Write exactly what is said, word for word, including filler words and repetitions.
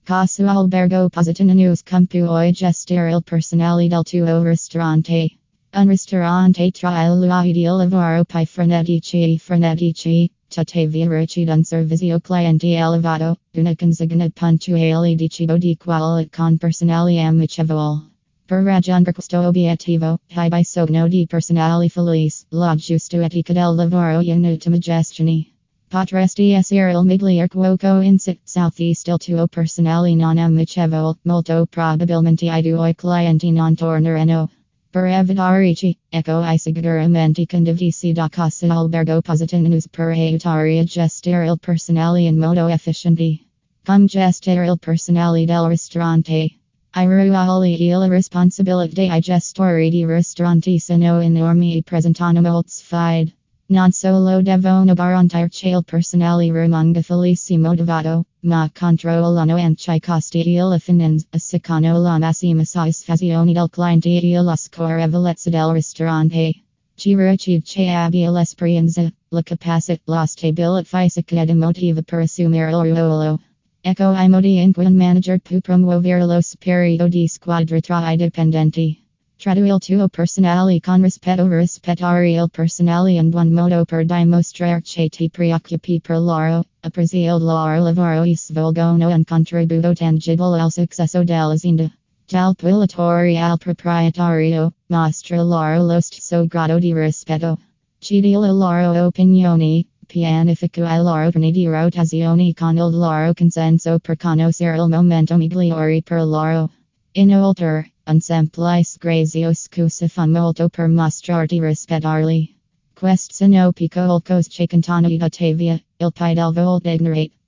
Casu albergo positano campo o gestire il personale del tuo ristorante. Un ristorante tra il luogo di lavoro pi frenetici frenetici, tuttavia richiede un servizio cliente elevato, una consigna puntuale di cibo di qualità con personale amichevole. Per raggiungere questo obiettivo, hai bisogno di personale felice, la giusta etica del lavoro e un'ottima gestione. Potresti essere il miglior cuoco in sit southeast il tuo personale non amichevole, molto probabilmente i tuoi clienti non torneranno. Per evitare ciò, ecco I sicuramente condivisi da casa albergo positano per aiutare a gestire il personale in modo efficiente. Come gestire il personale del ristorante. I ruoli e la responsabilità ai gestori di ristoranti sono enormi e presentano molti sfide. Non solo devono garantirci il personale rimanga felice e motivato, ma controllano anche i costi e la finanza, assicurano la massima soddisfazione del cliente e la scorrevolezza del ristorante. Ci richiede abbia l'esperienza, la capacità, la stabilità fisica ed emotiva per assumere il ruolo. Ecco I modi in cui un manager può promuovere lo spirito di squadra tra I dipendenti. Tratta il tuo personale con rispetto. Rispettare il personale un buon modo per dimostrare che ti preoccupi per loro, apprezzi il loro lavoro e svolgono un contributo tangibile al successo dell'azienda. Dal pulatore al proprietario, mostra loro lo stesso grado di rispetto. Chiedi la loro opinione, pianifica I loro piani di rotazione con il loro consenso per conoscere il momento migliore per loro. Inoltre, un semplice grazioso scusa fa molto per mostrarti rispettarli. Queste sono piccole cose che contano tuttavia, il poi del volte ignorate.